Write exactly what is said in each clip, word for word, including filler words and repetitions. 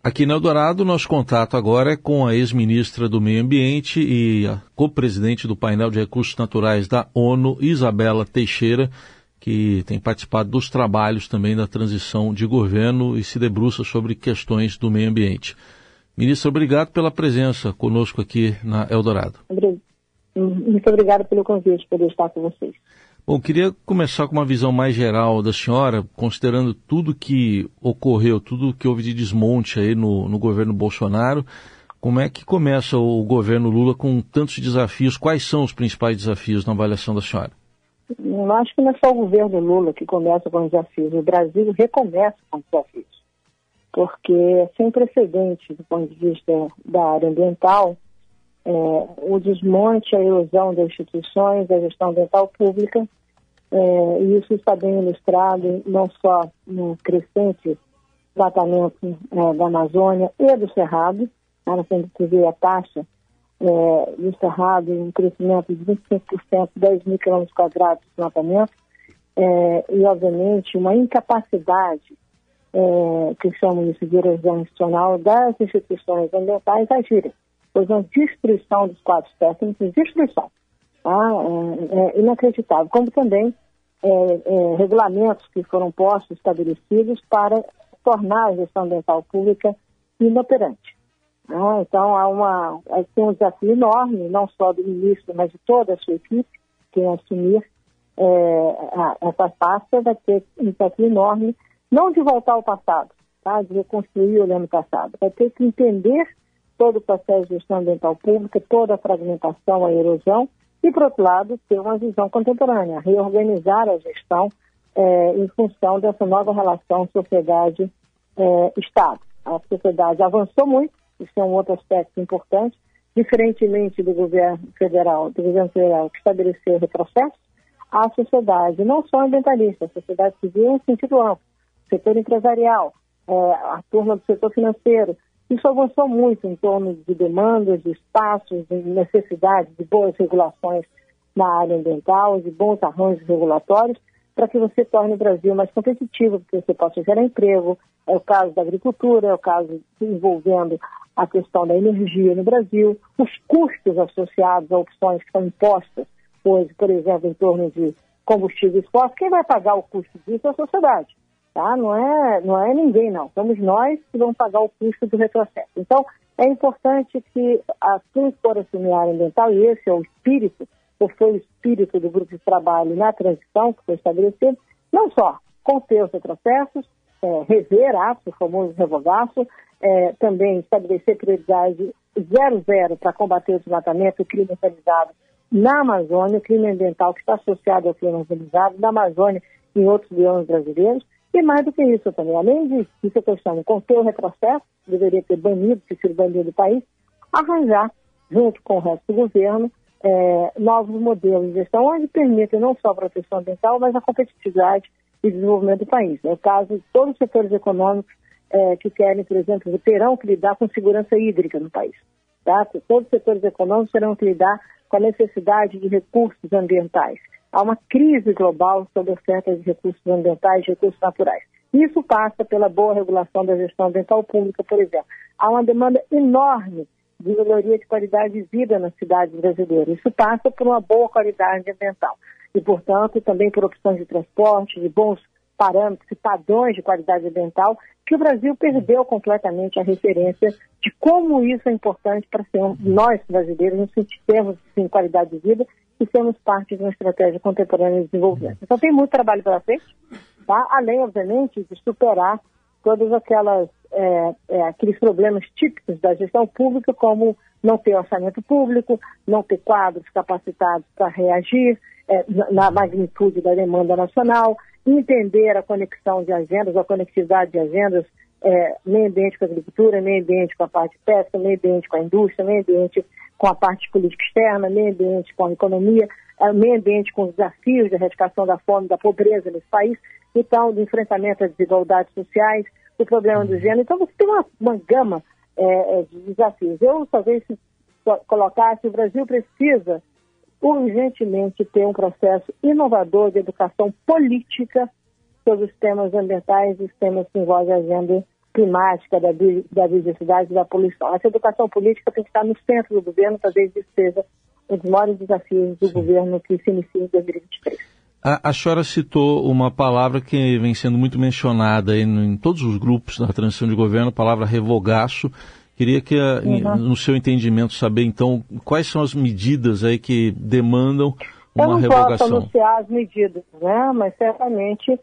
Aqui no Eldorado, nosso contato agora é com a ex-ministra do Meio Ambiente e a co-presidente do painel de recursos naturais da ONU, Isabela Teixeira, que tem participado dos trabalhos também da transição de governo e se debruça sobre questões do meio ambiente. Ministra, obrigado pela presença conosco aqui na Eldorado. Muito obrigada pelo convite, poder estar com vocês. Bom, queria começar com uma visão mais geral da senhora, considerando tudo que ocorreu, tudo que houve de desmonte aí no, no governo Bolsonaro. Como é que começa o governo Lula com tantos desafios? Quais são os principais desafios na avaliação da senhora? Eu acho que não é só o governo Lula que começa com desafios, o Brasil recomeça com desafios, porque é sem precedente do ponto de vista da área ambiental, é, o desmonte, a erosão das instituições, da gestão ambiental pública. É, e isso está bem ilustrado não só no crescente tratamento é, da Amazônia e do Cerrado. Nós temos que ver a taxa é, do Cerrado, um crescimento de vinte e cinco por cento, dez mil quilômetros quadrados de tratamento, é, e obviamente uma incapacidade, é, que chamam isso de erosão institucional, das instituições ambientais agirem. Pois uma destruição dos quadros técnicos, destruição. Tá? É, é inacreditável, como também é, é, regulamentos que foram postos, estabelecidos para tornar a gestão ambiental pública inoperante. Tá? Então há uma, tem um desafio enorme, não só do ministro, mas de toda a sua equipe, quem assumir é, a, essa pasta vai ter um desafio enorme, não de voltar ao passado, tá? De reconstruir olhando o passado, vai ter que entender todo o processo de gestão ambiental pública, toda a fragmentação, a erosão, e, por outro lado, ter uma visão contemporânea, reorganizar a gestão é, em função dessa nova relação sociedade-Estado. É, a sociedade avançou muito, isso é um outro aspecto importante, diferentemente do governo federal, do governo federal que estabeleceu retrocesso, a sociedade, não só ambientalista, a sociedade civil em sentido amplo, setor empresarial, é, a turma do setor financeiro, isso avançou muito em torno de demandas, de espaços, de necessidade de boas regulações na área ambiental, de bons arranjos regulatórios, para que você torne o Brasil mais competitivo, porque você possa gerar emprego. É o caso da agricultura, é o caso envolvendo a questão da energia no Brasil, os custos associados a opções que são impostas hoje, por exemplo, em torno de combustíveis fósseis. Quem vai pagar o custo disso é a sociedade. Tá? Não é, não é ninguém, não. Somos nós que vamos pagar o custo do retrocesso. Então, é importante que a quem for assumir a área ambiental, e esse é o espírito, ou foi o espírito do grupo de trabalho na transição que foi estabelecido, não só conter os retrocessos, é, rever atos, o famoso revogaço, é, também estabelecer prioridade zero zero para combater o desmatamento e o crime organizado na Amazônia, o crime ambiental que está associado ao crime organizado na Amazônia e em outros biomas brasileiros. E mais do que isso também, além de isso que eu chamo de conter o retrocesso, deveria ter banido, ter sido banido do país, arranjar, junto com o resto do governo, é, novos modelos de gestão, onde permitem não só a proteção ambiental, mas a competitividade e desenvolvimento do país. É o caso de todos os setores econômicos é, que querem, por exemplo, terão que lidar com segurança hídrica no país. Tá? Todos os setores econômicos terão que lidar com a necessidade de recursos ambientais. Há uma crise global sobre a oferta de recursos ambientais e recursos naturais. Isso passa pela boa regulação da gestão ambiental pública, por exemplo. Há uma demanda enorme de melhoria de qualidade de vida nas cidades brasileiras. Isso passa por uma boa qualidade ambiental. E, portanto, também por opções de transporte, de bons parâmetros e padrões de qualidade ambiental, que o Brasil perdeu completamente a referência de como isso é importante para ser nós, brasileiros, nos termos de qualidade de vida e sermos parte de uma estratégia contemporânea de desenvolvimento. Então tem muito trabalho pela frente, tá? Além, obviamente, de superar todos aquelas, é, é, aqueles problemas típicos da gestão pública, como não ter orçamento público, não ter quadros capacitados para reagir é, na magnitude da demanda nacional, entender a conexão de agendas, a conectividade de agendas, é, meio ambiente com a agricultura, meio ambiente com a parte de pesca, meio ambiente com a indústria, meio ambiente com a parte de política externa, meio ambiente com a economia, é, meio ambiente com os desafios de erradicação da fome e da pobreza nesse país, então, do enfrentamento às desigualdades sociais, o problema do gênero. Então, você tem uma, uma gama é, de desafios. Eu talvez colocasse que o Brasil precisa urgentemente ter um processo inovador de educação política sobre os temas ambientais e os temas que envolvem a agenda climática, da, bi, da biodiversidade e da poluição. Essa educação política tem que estar no centro do governo, talvez isso seja um dos maiores desafios do Sim. governo que se inicia em dois mil e vinte e três. A, a senhora citou uma palavra que vem sendo muito mencionada aí no, em todos os grupos da transição de governo, a palavra revogaço. Queria que, uhum. no seu entendimento, saber, então, quais são as medidas aí que demandam uma revogação? Eu não posso anunciar as medidas, né? Mas certamente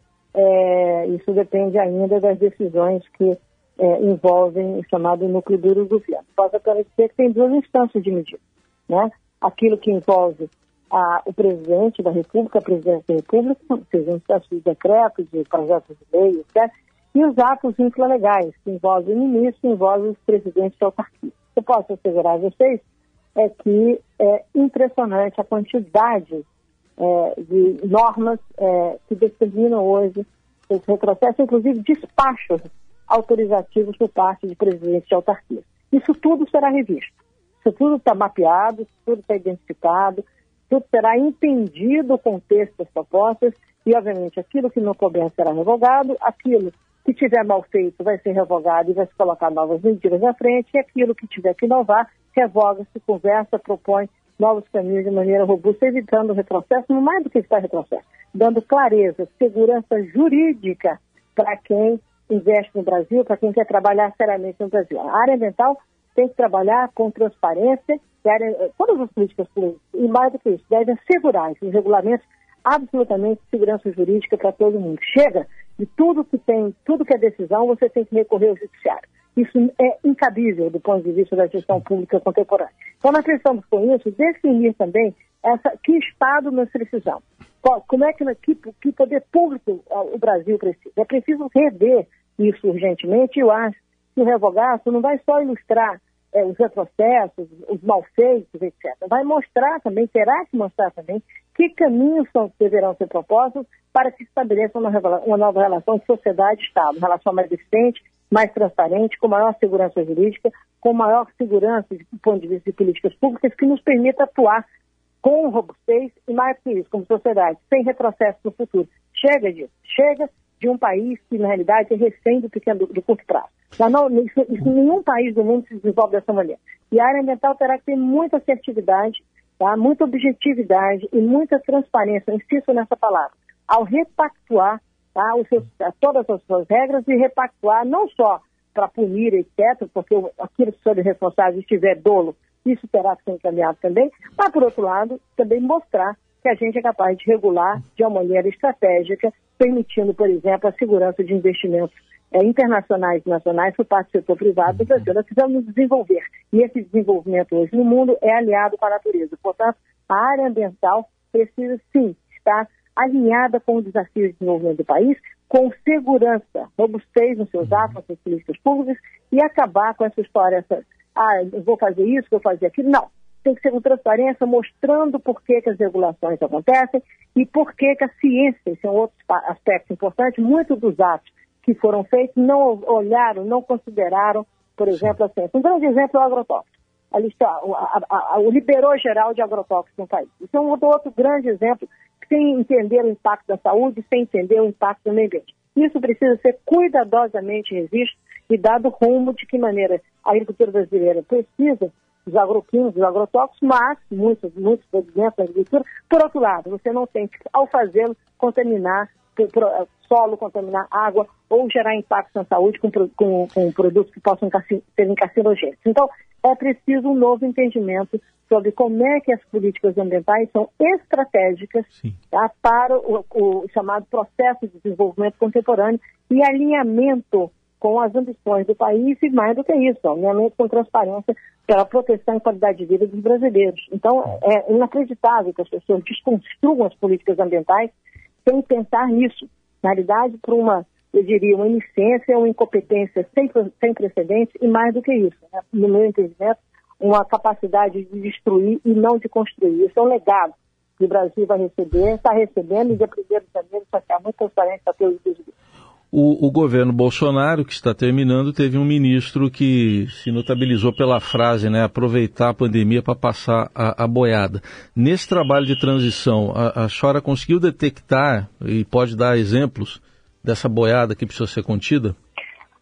é, isso depende ainda das decisões que é, envolvem o chamado núcleo duro do governo. Posso apenas dizer que tem duas instâncias de medida, né? Aquilo que envolve a, o presidente da República, a presidente da República, seja um processo de decreto, de projetos de lei, etcétera, e os atos infralegais, que envolvem o ministro, que envolvem os presidentes da autarquia. Eu posso assegurar a vocês é que é impressionante a quantidade é, de normas é, que determinam hoje esse retrocesso, inclusive despachos autorizativos por parte de presidentes de autarquia. Isso tudo será revisto. Isso tudo está mapeado, isso tudo está identificado, tudo será entendido o contexto das propostas e, obviamente, aquilo que não couber será revogado, aquilo que tiver mal feito vai ser revogado e vai se colocar novas medidas na frente, e aquilo que tiver que inovar, revoga-se, conversa, propõe novos caminhos de maneira robusta, evitando o retrocesso, não mais do que evitar retrocesso, dando clareza, segurança jurídica para quem investe no Brasil, para quem quer trabalhar seriamente no Brasil. A área ambiental tem que trabalhar com transparência, e área, todas as políticas públicas, e mais do que isso, devem assegurar esses regulamentos absolutamente segurança jurídica para todo mundo. Chega de tudo que tem, tudo que é decisão, você tem que recorrer ao judiciário. Isso é incabível do ponto de vista da gestão pública contemporânea. Então, nós precisamos, com isso, definir também essa, que Estado nós precisamos. Como é que, que, que poder público o Brasil precisa? É preciso rever isso urgentemente, e eu acho que o revogaço não vai só ilustrar é, os retrocessos, os malfeitos, etcétera. Vai mostrar também, terá que mostrar também, que caminhos são, deverão ser propostos para que se estabeleça uma, uma nova relação de sociedade e Estado, uma relação mais eficiente, mais transparente, com maior segurança jurídica, com maior segurança do ponto de vista de políticas públicas, que nos permita atuar com robustez e, mais que isso, como sociedade, sem retrocesso no futuro. Chega disso, chega de um país que, na realidade, é refém do pequeno, do, do curto prazo. Já não, isso, isso, nenhum país do mundo se desenvolve dessa maneira. E a área ambiental terá que ter muita assertividade, tá? Muita objetividade e muita transparência, eu insisto nessa palavra, ao repactuar, tá, os seus, todas as suas regras e repactuar não só para punir, etcétera, porque aquilo que for responsável estiver dolo, isso terá que ser encaminhado também, mas, por outro lado, também mostrar que a gente é capaz de regular de uma maneira estratégica, permitindo, por exemplo, a segurança de investimentos é, internacionais e nacionais por parte do setor privado do Brasil. Nós precisamos nos desenvolver, e esse desenvolvimento hoje no mundo é aliado com a natureza. Portanto, a área ambiental precisa, sim, estar alinhada com o desafio de desenvolvimento do país, com segurança, robustez nos seus atos, nas suas políticas públicas, e acabar com essa história, essa, ah, eu vou fazer isso, vou fazer aquilo. Não. Tem que ser com transparência, mostrando por que, que as regulações acontecem e por que, que a ciência, esse é um outro aspecto importante, muitos dos atos que foram feitos não olharam, não consideraram, por exemplo, a ciência. Um grande exemplo é o agrotóxico. Ali está, a, a, a, o liberou geral de agrotóxicos no país. Isso é um outro grande exemplo, sem entender o impacto da saúde, sem entender o impacto do meio ambiente. Isso precisa ser cuidadosamente revisto e dado rumo de que maneira a agricultura brasileira precisa dos agroquímicos, dos agrotóxicos, mas muitos, muitos produtos da agricultura. Por outro lado, você não tem que, ao fazê-lo, contaminar solo, contaminar água ou gerar impactos na saúde com, com, com produtos que possam serem carcinogênicos. Então, é preciso um novo entendimento sobre como é que as políticas ambientais são estratégicas, tá, para o, o chamado processo de desenvolvimento contemporâneo e alinhamento com as ambições do país e, mais do que isso, alinhamento com transparência pela proteção e qualidade de vida dos brasileiros. Então, é inacreditável que as pessoas desconstruam as políticas ambientais sem pensar nisso. Na realidade, por uma, eu diria, uma inicência, uma incompetência sem, sem precedentes e, mais do que isso, né, no meu entendimento, uma capacidade de destruir e não de construir. Isso é um legado que o Brasil vai receber, está recebendo, e dia primeiro de janeiro vai ter muita transparência para todos os brasileiros. O, o governo Bolsonaro, que está terminando, teve um ministro que se notabilizou pela frase, né, aproveitar a pandemia para passar a, a boiada. Nesse trabalho de transição, a, a senhora conseguiu detectar e pode dar exemplos dessa boiada que precisa ser contida?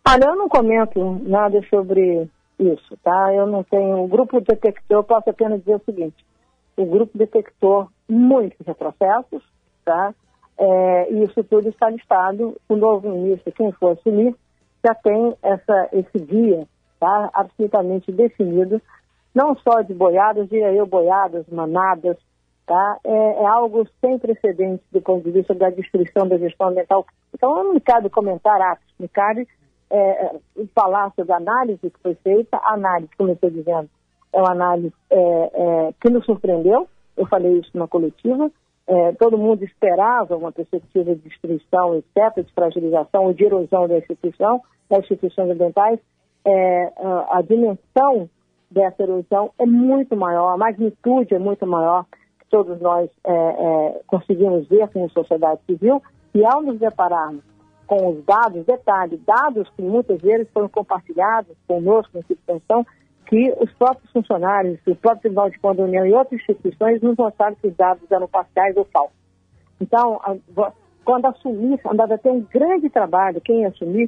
Olha, eu não comento nada sobre isso, tá? Eu não tenho... O grupo detectou, eu posso apenas dizer o seguinte, o grupo detectou muitos retrocessos, tá? É, e isso tudo está listado, o novo ministro, quem for assumir, já tem essa, esse guia, tá? Absolutamente definido, não só de boiadas, diria eu, boiadas, manadas, tá? É, é algo sem precedentes do ponto de vista da destruição da gestão ambiental. Então, não me cabe comentar atos, me cabe é, falar sobre a análise que foi feita. A análise, como eu estou dizendo, é uma análise é, é, que nos surpreendeu. Eu falei isso na coletiva. É, todo mundo esperava uma perspectiva de destruição, etcétera, de fragilização ou de erosão da instituição, das instituições ambientais. É, a, a dimensão dessa erosão é muito maior, a magnitude é muito maior, que todos nós é, é, conseguimos ver como sociedade civil, e ao nos depararmos com os dados, detalhe, dados que muitas vezes foram compartilhados conosco na instituição, que os próprios funcionários, o próprio Tribunal de Contas da União e outras instituições nos mostraram que os dados eram parciais ou falsos. Então, a, quando assumir, andava a ter um grande trabalho, quem assumir,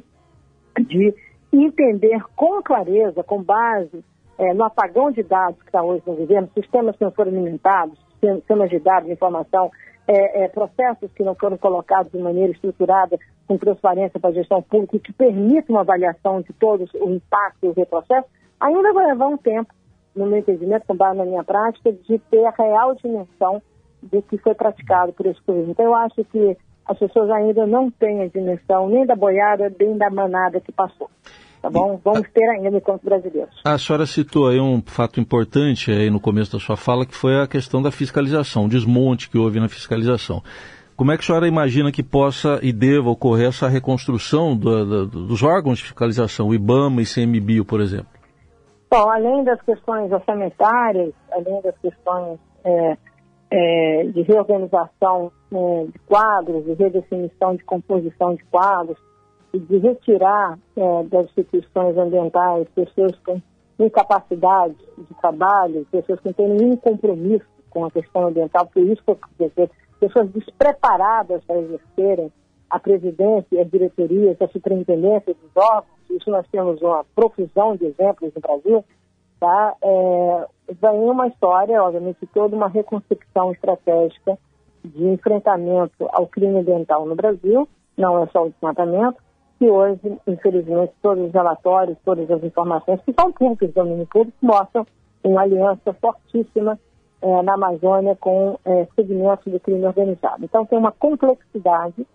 de entender com clareza, com base é, no apagão de dados que está hoje no governo, sistemas que não foram alimentados, sistemas de dados, de informação, é, é, processos que não foram colocados de maneira estruturada, com transparência para a gestão pública, e que permitam uma avaliação de todos o impacto e o retrocesso, ainda vai levar um tempo, no meu entendimento, com base na minha prática, de ter a real dimensão do que foi praticado por esse governo. Então, eu acho que as pessoas ainda não têm a dimensão nem da boiada, nem da manada que passou. Tá bom? Vamos ter ainda enquanto brasileiros. A senhora citou aí um fato importante aí no começo da sua fala, que foi a questão da fiscalização, o desmonte que houve na fiscalização. Como é que a senhora imagina que possa e deva ocorrer essa reconstrução do, do, dos órgãos de fiscalização, o IBAMA e I C M B I, por exemplo? Bom, além das questões orçamentárias, além das questões é, é, de reorganização é, de quadros, de redefinição de composição de quadros, e de retirar é, das instituições ambientais pessoas com incapacidade de trabalho, pessoas que não têm nenhum compromisso com a questão ambiental, por isso que eu quero dizer, pessoas despreparadas para exercerem a presidência e as diretorias, a superintendência dos órgãos. Isso nós temos uma profusão de exemplos no Brasil, tá? É, vem uma história, obviamente, toda uma reconcepção estratégica de enfrentamento ao crime ambiental no Brasil, não é só o desmatamento, que hoje, infelizmente, todos os relatórios, todas as informações que são públicas, do domínio público, mostram uma aliança fortíssima é, na Amazônia com é, segmentos do crime organizado. Então, tem uma complexidade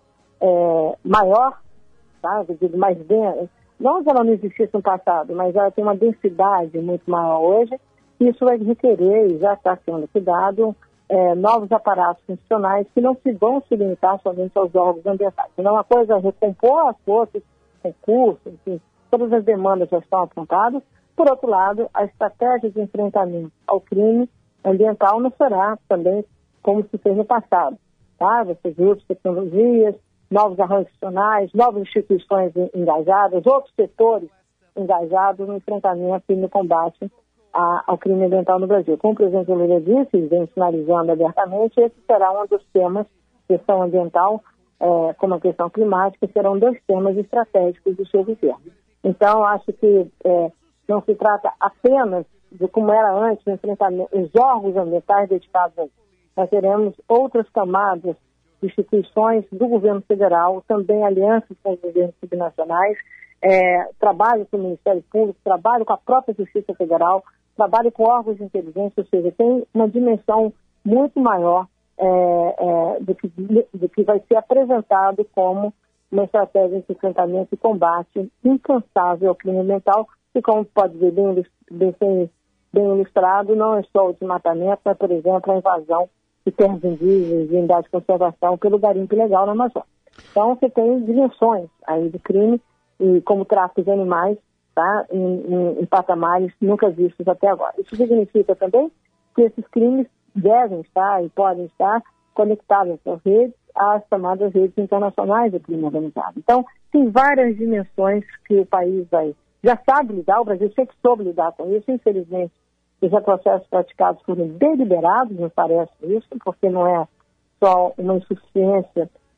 é, maior, tá? Eu digo, mais bem, não que ela não existisse no passado, mas ela tem uma densidade muito maior hoje, e isso vai requerer, e já está sendo cuidado, é, novos aparatos funcionais que não se vão se limitar somente aos órgãos ambientais. Então, uma coisa é recompor as forças, recursos, enfim, todas as demandas já estão apontadas. Por outro lado, a estratégia de enfrentamento ao crime ambiental não será também como se fez no passado. Tá? Você viu outras tecnologias, novos arranjos funcionais, novas instituições engajadas, outros setores engajados no enfrentamento e no combate a, ao crime ambiental no Brasil. Como o presidente Lula disse, e vem sinalizando abertamente, esse será um dos temas, questão ambiental, é, como a questão climática, serão dois temas estratégicos do seu governo. Então, acho que é, não se trata apenas de como era antes, o enfrentamento, os órgãos ambientais dedicados a isso. Nós teremos outras camadas de instituições do governo federal, também alianças com os governos subnacionais, é, trabalho com o Ministério Público, trabalho com a própria Justiça Federal, trabalho com órgãos de inteligência, ou seja, tem uma dimensão muito maior é, é, do, que, do que vai ser apresentado como uma estratégia de enfrentamento e combate incansável ao crime ambiental, que, como pode ver bem, bem, bem ilustrado, não é só o desmatamento, mas, por exemplo, a invasão de terras indígenas e unidades de conservação pelo garimpo ilegal na Amazônia. Então, você tem dimensões aí do crime, e como tráfico de animais, tá, em, em, em patamares nunca vistos até agora. Isso significa também que esses crimes devem estar e podem estar conectados às redes, às chamadas redes internacionais do crime organizado. Então, tem várias dimensões que o país vai, já sabe lidar, o Brasil sempre soube lidar com isso, infelizmente. Os processos praticados foram deliberados, me parece isso, porque não é só uma insuficiência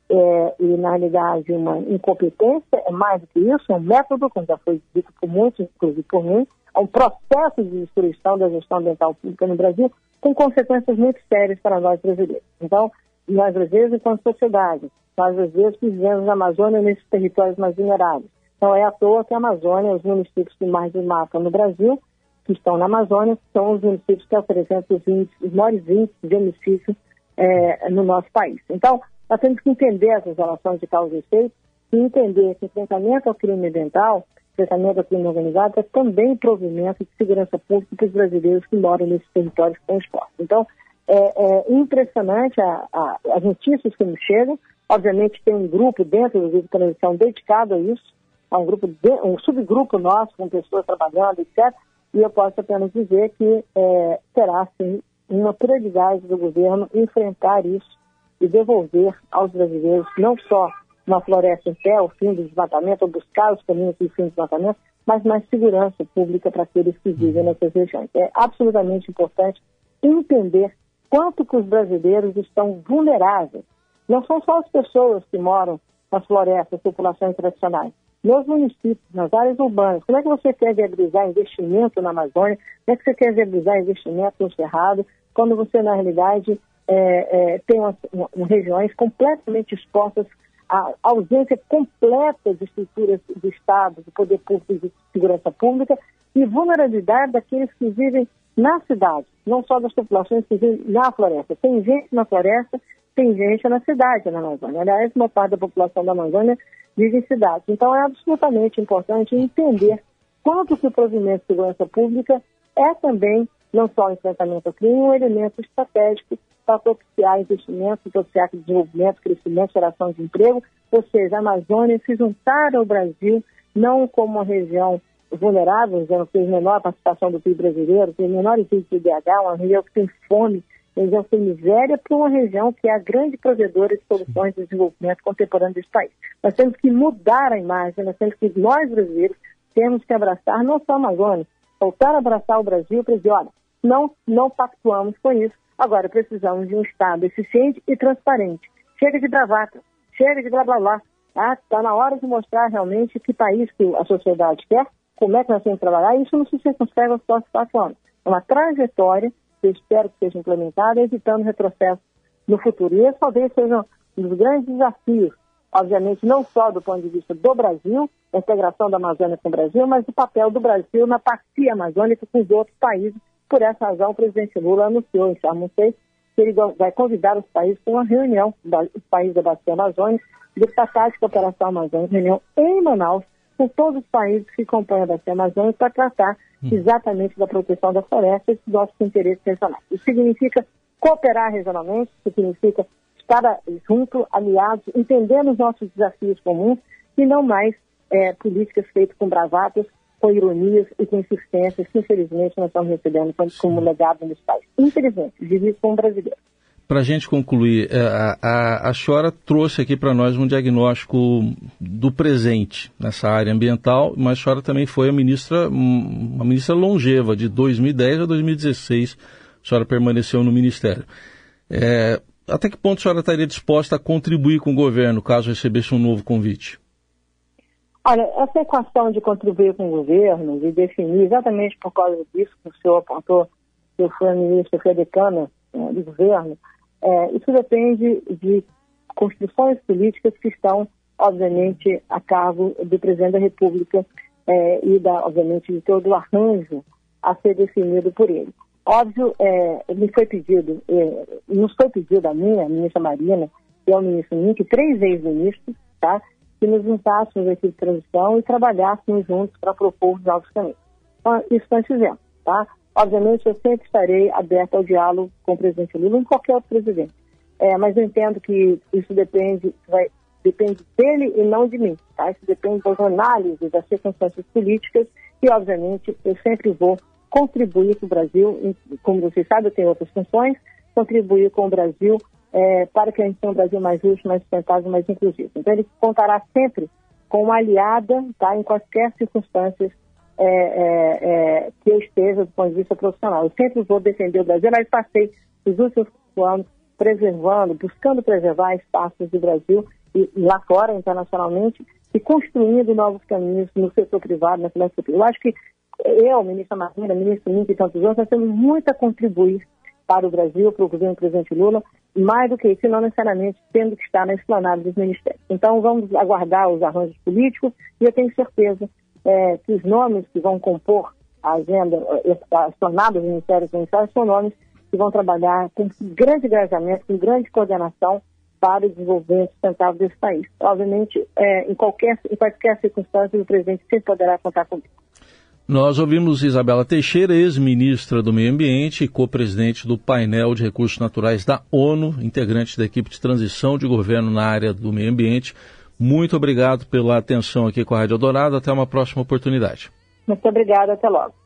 é, e, na realidade, uma incompetência, é mais do que isso, é um método, como já foi dito por muitos, inclusive por mim, é um processo de destruição da gestão ambiental pública no Brasil, com consequências muito sérias para nós brasileiros. Então, nós brasileiros, enquanto sociedade, nós brasileiros que vivemos na Amazônia, nesses territórios mais vulneráveis. Então, é à toa que a Amazônia, os municípios que mais desmatam no Brasil, que estão na Amazônia, são os municípios que apresentam os, índices, os maiores índices de homicídio é, no nosso país. Então, nós temos que entender essas relações de causa e efeito e entender que o enfrentamento ao crime ambiental, enfrentamento ao crime organizado, é também provimento de segurança pública para os brasileiros que moram nesses territórios que estão expostos. Então, é, é impressionante a, a, as notícias que nos chegam. Obviamente, tem um grupo dentro do grupo de transição dedicado a isso, há um, grupo de, um subgrupo nosso com pessoas trabalhando, etcétera. E eu posso apenas dizer que é, será, sim, uma prioridade do governo enfrentar isso e devolver aos brasileiros não só uma floresta em pé, o fim do desmatamento, ou buscar os caminhos do fim do desmatamento, mas mais segurança pública para aqueles que vivem nessas regiões. É absolutamente importante entender quanto que os brasileiros estão vulneráveis. Não são só as pessoas que moram nas florestas, populações tradicionais. Nos municípios, nas áreas urbanas, como é que você quer viabilizar investimento na Amazônia? Como é que você quer viabilizar investimento no Cerrado, quando você, na realidade, é, é, tem uma, uma, regiões completamente expostas à ausência completa de estruturas do Estado, do poder público e de segurança pública, e vulnerabilidade daqueles que vivem na cidade, não só das populações que vivem na floresta. Tem gente na floresta, tem gente na cidade, na Amazônia. Aliás, uma parte da população da Amazônia vive em cidades. Então, é absolutamente importante entender quanto que o provimento de segurança pública é também, não só o enfrentamento ao crime, um elemento estratégico para propiciar investimento, propiciar desenvolvimento, crescimento, geração de emprego. Ou seja, a Amazônia se juntar ao Brasil, não como uma região vulnerável, dizendo que tem menor participação do P I B brasileiro, tem menor índice de I D H, uma região que tem fome, região que tem miséria, para uma região que é a grande provedora de soluções de desenvolvimento contemporâneo desse país. Nós temos que mudar a imagem, nós temos que, nós brasileiros, temos que abraçar não só a Amazônia, voltar a abraçar o Brasil para dizer, olha, não, não pactuamos com isso, agora precisamos de um Estado eficiente e transparente. Chega de bravata, chega de blá blá blá. Está na hora de mostrar realmente que país que a sociedade quer, como é que nós temos que trabalhar, e isso não se circunscreve aos próximos quatro anos. É uma trajetória que eu espero que seja implementada, evitando retrocesso no futuro. E esse talvez seja um dos grandes desafios, obviamente, não só do ponto de vista do Brasil, a integração da Amazônia com o Brasil, mas do papel do Brasil na parceria amazônica com os outros países. Por essa razão, o presidente Lula anunciou em Sharm el-Sheikh que ele vai convidar os países para uma reunião, os países da Bacia Amazônica, do Tratado de Cooperação Amazônica, reunião em Manaus, com todos os países que compõem a Bacia Amazônica, para tratar exatamente da proteção da floresta e dos nossos interesses regionais. Isso significa cooperar regionalmente, significa estar junto, aliados, entendendo os nossos desafios comuns e não mais é, políticas feitas com bravatas, com ironias e com insistências que, infelizmente, nós estamos recebendo como, como legado nesse país. Infelizmente, divido como brasileiro. Para a gente concluir, a, a, a senhora trouxe aqui para nós um diagnóstico do presente nessa área ambiental, mas a senhora também foi a ministra, uma ministra longeva, de dois mil e dez a dois mil e dezesseis, a senhora permaneceu no Ministério. É, até que ponto a senhora estaria disposta a contribuir com o governo, caso recebesse um novo convite? Olha, essa equação de contribuir com o governo, de definir exatamente por causa disso que o senhor apontou, que eu fui a ministra fedecana é, do governo, É, isso depende de construções políticas que estão, obviamente, a cargo do presidente da República é, e, da, obviamente, de todo o arranjo a ser definido por ele. Óbvio, é, me foi pedido, é, nos foi pedido a mim, a ministra Marina, e ao ministro Mink, três ex-ministros, tá, que nos juntássemos aqui de transição e trabalhássemos juntos para propor novos caminhos. Então, isso nós fizemos, tá? Obviamente, eu sempre estarei aberto ao diálogo com o presidente Lula e qualquer outro presidente. É, mas eu entendo que isso depende, vai, depende dele e não de mim. Tá? Isso depende das análises, das circunstâncias políticas e, obviamente, eu sempre vou contribuir com o Brasil, como vocês sabem, eu tenho outras funções, contribuir com o Brasil é, para que a gente tenha um Brasil mais justo, mais sustentável, mais inclusivo. Então, ele contará sempre com uma aliada, tá, em quaisquer circunstâncias É, é, é, que eu esteja do ponto de vista profissional. Eu sempre vou defender o Brasil, mas passei os últimos anos preservando, buscando preservar espaços do Brasil e lá fora, internacionalmente, e construindo novos caminhos no setor privado, na finança pública. Eu acho que eu, ministra Marina, ministro Minto e tantos outros, nós temos muito a contribuir para o Brasil, para o governo do presidente Lula, mais do que isso, não necessariamente tendo que estar na esplanada dos ministérios. Então, vamos aguardar os arranjos políticos e eu tenho certeza é, que os nomes que vão compor a agenda, a esplanada dos ministérios municipais, são nomes que vão trabalhar com grande engajamento, com grande coordenação para o desenvolvimento sustentável desse país. Obviamente, é, em, qualquer, em qualquer circunstância, o presidente sempre poderá contar comigo. Nós ouvimos Isabela Teixeira, ex-ministra do Meio Ambiente e co-presidente do painel de recursos naturais da ONU, integrante da equipe de transição de governo na área do meio ambiente. Muito obrigado pela atenção aqui com a Rádio Eldorado. Até uma próxima oportunidade. Muito obrigada. Até logo.